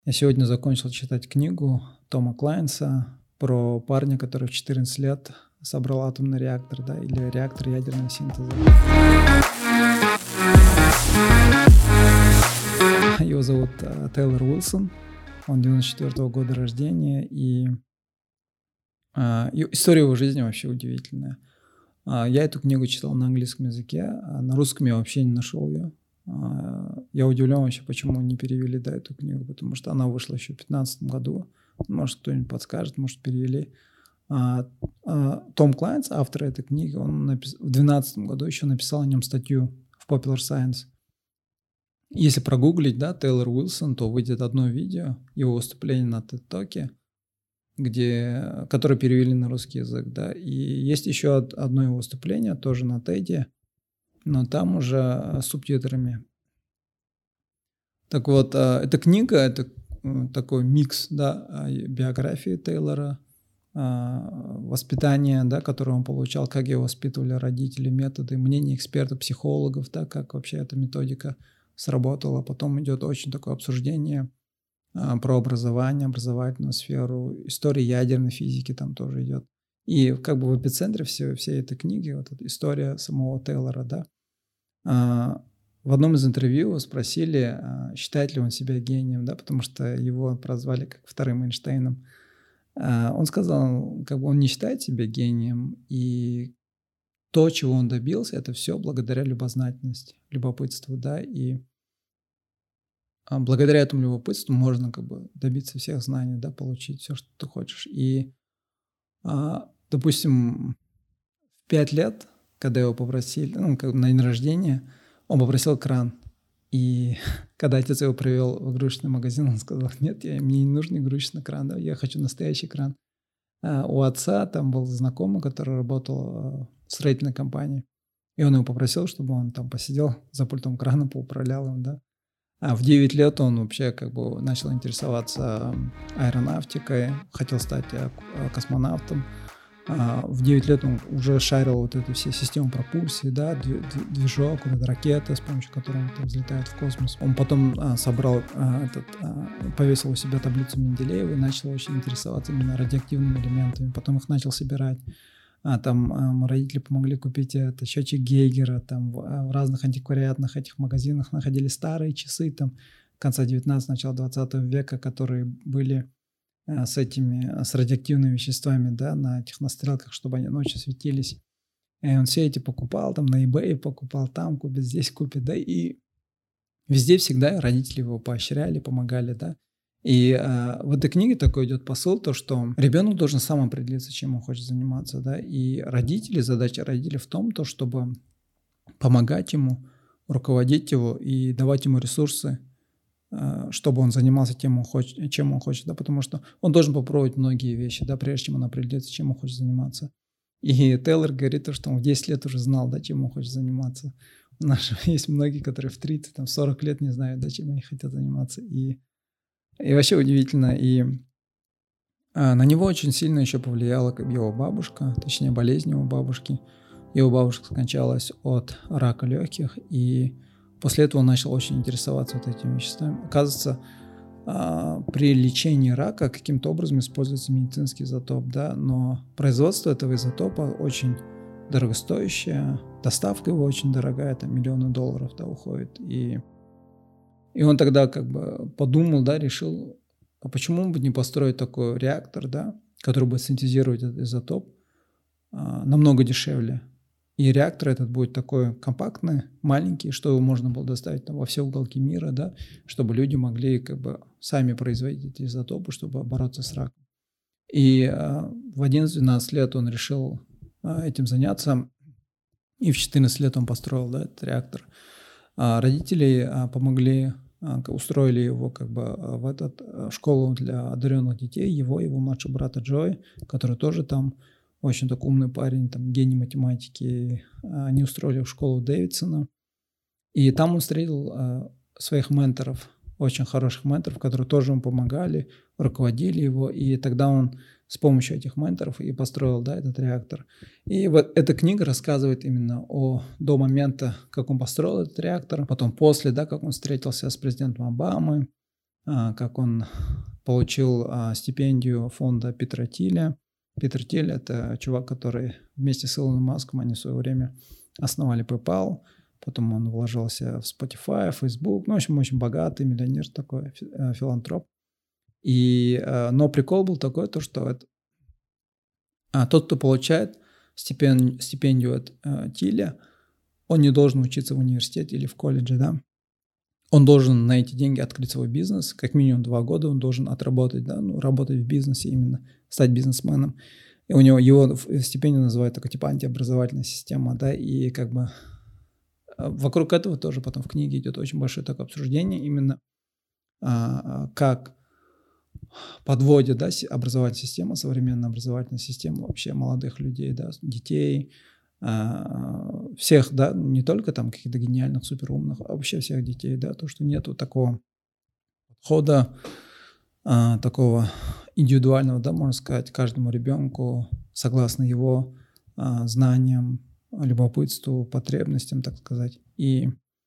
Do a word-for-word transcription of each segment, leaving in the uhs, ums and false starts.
Я сегодня закончил читать книгу Тома Клайнса про парня, который в четырнадцать лет собрал атомный реактор, да, или реактор ядерного синтеза. Его зовут э, Тейлор Уилсон, он девяносто четвёртого года рождения, и э, и история его жизни вообще удивительная. А, Я эту книгу читал на английском языке, а на русском я вообще не нашел ее. А, Я удивлен вообще, почему не перевели, да, эту книгу, потому что она вышла еще в две тысячи пятнадцатом году. Может, кто-нибудь подскажет, может, перевели. А, а, Том Клайнс, автор этой книги, он напис... в две тысячи двенадцатом году еще написал о нем статью в Popular Science. Если прогуглить, да, Тейлор Уилсон, то выйдет одно видео, его выступление на TED-токе, где, которое перевели на русский язык, да, и есть еще одно его выступление, тоже на TED, но там уже с субтитрами. Так вот, эта книга – это такой микс, да, биографии Тейлора, воспитания, да, которое он получал, как его воспитывали родители, методы, мнения экспертов, психологов, да, как вообще эта методика сработала. Потом идет очень такое обсуждение а, про образование, образовательную сферу, история ядерной физики там тоже идет. И как бы в эпицентре всей, всей этой книги вот эта история самого Тейлора, да. А, в одном из интервью его спросили, а, считает ли он себя гением, да, потому что его прозвали как вторым Эйнштейном. А, он сказал, как бы он не считает себя гением, и то, чего он добился, это все благодаря любознательности, любопытству, да, и а, благодаря этому любопытству можно как бы добиться всех знаний, да, получить все, что ты хочешь. И, а, допустим, в пять лет, когда его попросили, ну, как на день рождения, он попросил кран. И когда отец его привел в игрушечный магазин, он сказал: нет, я, мне не нужен игрушечный кран, да, я хочу настоящий кран. А у отца там был знакомый, который работал а, в строительной компании, и он его попросил, чтобы он там посидел за пультом крана, поуправлял им, да. А в девять лет он вообще как бы начал интересоваться аэронавтикой, хотел стать э, космонавтом. А в девять лет он уже шарил вот эту все систему пропульсии, да, движок, вот эта ракета, с помощью которой он там взлетает в космос. Он потом а, собрал, а, этот, а, повесил у себя таблицу Менделеева и начал очень интересоваться именно радиоактивными элементами. Потом их начал собирать. А, там а, родители помогли купить это, счетчик Гейгера, там в, а, в разных антиквариатных этих магазинах находили старые часы там конца девятнадцатого, начала двадцатого века, которые были а, с этими, с радиоактивными веществами, да, на этих настрелках, чтобы они ночью светились. И он все эти покупал, там на eBay покупал, там купит, здесь купит, да, и везде всегда родители его поощряли, помогали, да. И э, в этой книге такой идет посыл, то, что ребенок должен сам определиться, чем он хочет заниматься, да, и родители, задача родителей в том, то, чтобы помогать ему, руководить его и давать ему ресурсы, э, чтобы он занимался тем, он хочет, чем он хочет, да, потому что он должен попробовать многие вещи, да, прежде чем он определится, чем он хочет заниматься. И Тейлор говорит, что он в десять лет уже знал, да, чем он хочет заниматься. У нас есть многие, которые в тридцать, там, сорок лет не знают, да, чем они хотят заниматься, и И вообще удивительно, и а, на него очень сильно еще повлияла как бы его бабушка, точнее болезнь его бабушки. Его бабушка скончалась от рака легких, и после этого он начал очень интересоваться вот этими веществами. Оказывается, а, при лечении рака каким-то образом используется медицинский изотоп, да, но производство этого изотопа очень дорогостоящее, доставка его очень дорогая, там миллионы долларов, да, уходит, и И он тогда как бы подумал, да, решил, а почему бы не построить такой реактор, да, который будет синтезировать этот изотоп а, намного дешевле. И реактор этот будет такой компактный, маленький, что его можно было доставить там во все уголки мира, да, чтобы люди могли как бы сами производить эти изотопы, чтобы бороться с раком. И а, в одиннадцать-двенадцать лет он решил а, этим заняться, и в четырнадцать лет он построил, да, этот реактор. А родители а, помогли, а, устроили его как бы а, в этот а, школу для одаренных детей, его, его младшего брата Джой, который тоже там очень такой умный парень, там гений математики. Они устроили в школу Дэвидсона, и там он встретил а, своих менторов, очень хороших менторов, которые тоже ему помогали, руководили его, и тогда он с помощью этих менторов и построил, да, этот реактор. И вот эта книга рассказывает именно о, до момента, как он построил этот реактор, потом после, да, как он встретился с президентом Обамой, как он получил стипендию фонда Питера Тиля. Питер Тиль — это чувак, который вместе с Илоном Маском, они в свое время основали PayPal, потом он вложился в Spotify, Facebook, ну, в общем, очень богатый миллионер такой, филантроп. И, но прикол был такой, то, что это, а, тот, кто получает стипендию, стипендию от а, Тиля, он не должен учиться в университете или в колледже, да. Он должен на эти деньги открыть свой бизнес, как минимум два года он должен отработать, да, ну, работать в бизнесе именно, стать бизнесменом. И у него его стипендию называют такой типа антиобразовательная система, да, и как бы вокруг этого тоже потом в книге идет очень большое такое обсуждение именно а, как подводит, да, образовательная система, современная образовательная система вообще молодых людей, да, детей, всех, да, не только там каких-то гениальных, суперумных, а вообще всех детей, да, то, что нету такого подхода, а, такого индивидуального, да, можно сказать, каждому ребенку, согласно его а, знаниям, любопытству, потребностям, так сказать. И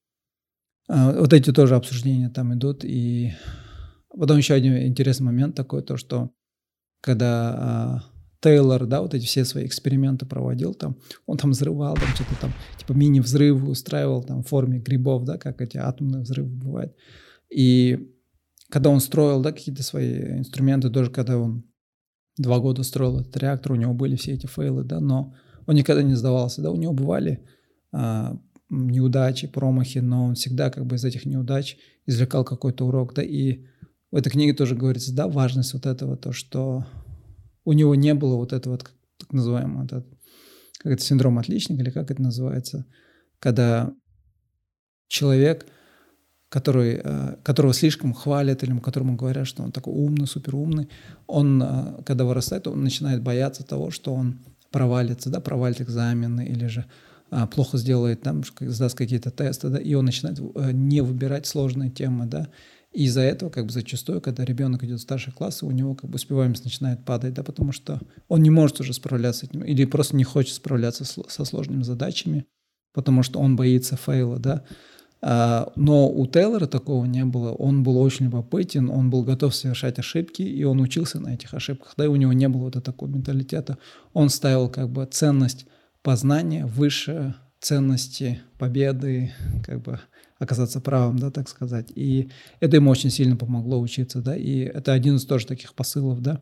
а, вот эти тоже обсуждения там идут. И потом еще один интересный момент такой, то, что когда а, Тейлор, да, вот эти все свои эксперименты проводил, там, он там взрывал, там что-то там, типа мини-взрывы устраивал там в форме грибов, да, как эти атомные взрывы бывают. И когда он строил, да, какие-то свои инструменты, тоже когда он два года строил этот реактор, у него были все эти фейлы, да, но он никогда не сдавался, да, у него бывали а, неудачи, промахи, но он всегда как бы из этих неудач извлекал какой-то урок, да, и в этой книге тоже говорится, да, важность вот этого, то, что у него не было вот этого, вот, так называемого, этот, как это, синдром отличника, или как это называется, когда человек, который, которого слишком хвалят, или которому говорят, что он такой умный, суперумный, он, когда вырастает, он начинает бояться того, что он провалится, да, провалит экзамены, или же а, плохо сделает, там, сдаст какие-то тесты, да, и он начинает не выбирать сложные темы, да. И из-за этого, как бы зачастую, когда ребенок идет в старшие классы, у него как бы успеваемость начинает падать, да, потому что он не может уже справляться с этим, или просто не хочет справляться с, со сложными задачами, потому что он боится фейла, да. А, но у Тейлора такого не было, он был очень любопытен, он был готов совершать ошибки, и он учился на этих ошибках, да, и у него не было вот такого менталитета. Он ставил как бы ценность познания выше ценности победы, как бы оказаться правым, да, так сказать. И это ему очень сильно помогло учиться, да, и это один из тоже таких посылов, да.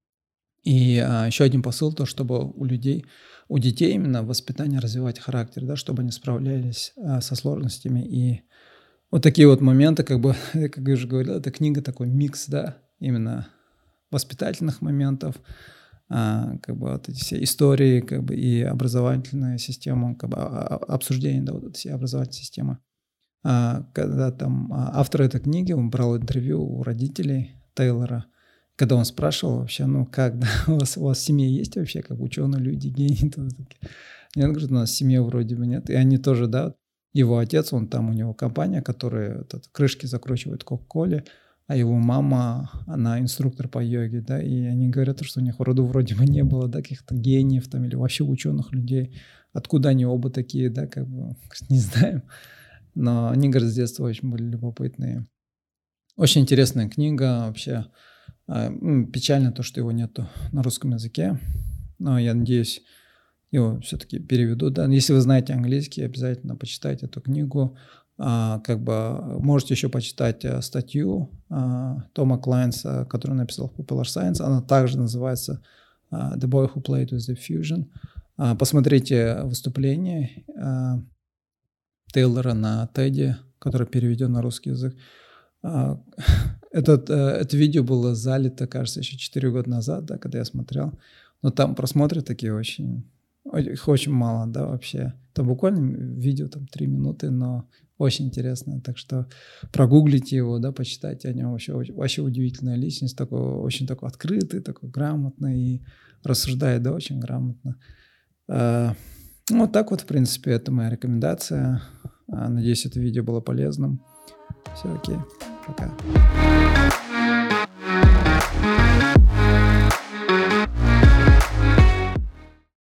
И а, еще один посыл, то, чтобы у людей, у детей именно воспитание развивать характер, да, чтобы они справлялись а, со сложностями. И вот такие вот моменты, как бы, как я уже говорил, эта книга такой микс, да, именно воспитательных моментов, а, как бы вот эти все истории, как бы и образовательная система, как бы обсуждение, да, вот этой всей образовательной системы. А, когда там автор этой книги, он брал интервью у родителей Тейлора, когда он спрашивал вообще, ну как, да, у вас, у вас в семье есть вообще как ученые люди, гении? Нет, говорит, у нас в семье вроде бы нет. И они тоже, да, его отец, он там, у него компания, которая этот, крышки закручивает Кока-Коле, а его мама, она инструктор по йоге, да, и они говорят, что у них в роду вроде бы не было, да, каких-то гениев там или вообще ученых людей. Откуда они оба такие, да, как бы, не знаем. Но они, говорят, с детства очень были любопытные. Очень интересная книга вообще. Печально то, что его нету на русском языке, но я надеюсь, его все-таки переведут. Да? Если вы знаете английский, обязательно почитайте эту книгу. А, как бы можете еще почитать а, статью а, Тома Клайнса, которую он написал в Popular Science. Она также называется а, The Boy Who Played with the Fusion. А, посмотрите выступление а, Тейлора на TED, которое переведено на русский язык. А, этот, это видео было залито, кажется, еще четыре года назад, да, когда я смотрел. Но там просмотры такие очень... Их очень мало, да, вообще. Там буквально видео, там, три минуты, но очень интересно. Так что прогуглите его, да, почитайте о нем. Вообще, вообще удивительная личность, такой, очень такой открытый, такой грамотный и рассуждает, да, очень грамотно. А, ну, вот так вот, в принципе, это моя рекомендация. А, надеюсь, это видео было полезным. Все, окей. Пока.